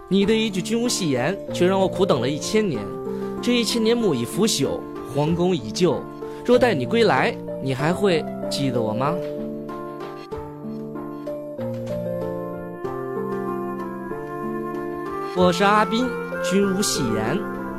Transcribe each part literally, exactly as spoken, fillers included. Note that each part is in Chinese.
你的一句君无戏言，却让我苦等了一千年。这一千年木已腐朽，皇宫已旧。若待你归来，你还会记得我吗？我是阿斌，君无戏言。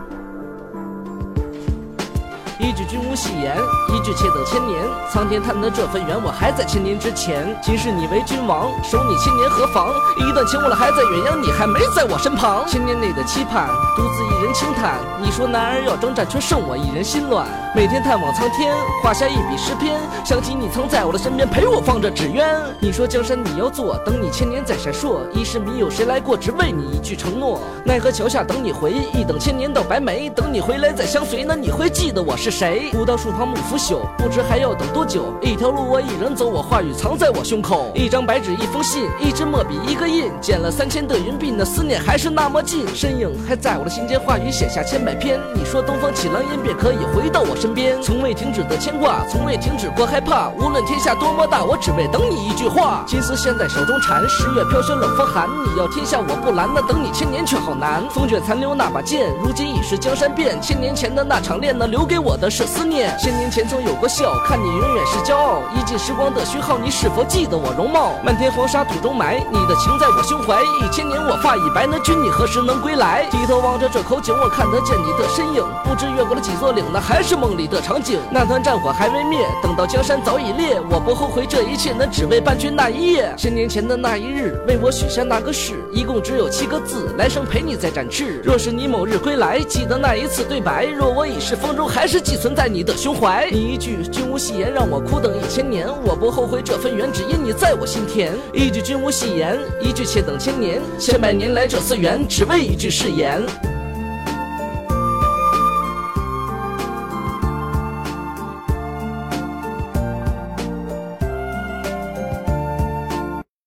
一句君无戏言，一句且等千年。苍天叹得这份缘，我还在千年之前。今世你为君王，守你千年何妨？一段情我了还在远洋，你还没在我身旁。千年内的期盼，独自一人轻叹。你说男儿要征战，却剩我一人心乱。每天探望苍天，画下一笔诗篇，想起你曾在我的身边陪我放着纸鸢。你说江山你要做，等你千年再闪烁。一世迷有谁来过，只为你一句承诺。奈何桥下等你回，一等千年到白眉。等你回来再相随，那你会记得我是谁？古道树旁木腐朽，不知还要等多久。一条路我一人走，我话语藏在我胸口。一张白纸一封信，一支墨笔一个印，剪了三千的云鬓，那思念还是那么近。身影还在我的心间，话语写下千百篇。你说东方起狼烟，便可以回到我身边。从未停止的牵挂，从未停止过害怕。无论天下多么大，我只为等你一句话。金丝线在手中缠，十月飘雪冷风寒。你要天下我不拦，那等你千年却好难。风卷残留那把剑，如今已是江山变。千年前的那场恋，那留给我的是思念。千年前曾有过笑，看你永远是骄傲。一尽时光的虚耗，你是否记得我容貌？漫天黄沙土中埋，你的情在我胸怀。一千年我发已白，那君你何时能归来？低头望着这口井，我看得见你的身影。不知越过了几座岭，那还是梦里的场景。那团战火还未灭，等到江山早已裂。我不后悔这一切，那只为伴君那一夜。千年前的那一日，为我许下那个誓，一共只有七个字，来生陪你再展翅。若是你某日归来，记得那一次对白。若我已是风中，还是寄存在你的胸怀。你一句君无戏言，让我苦等一千年。我不后悔这份缘，只因你在我心田。一句君无戏言，一句且等千年。千百年来这次缘，只为一句誓言。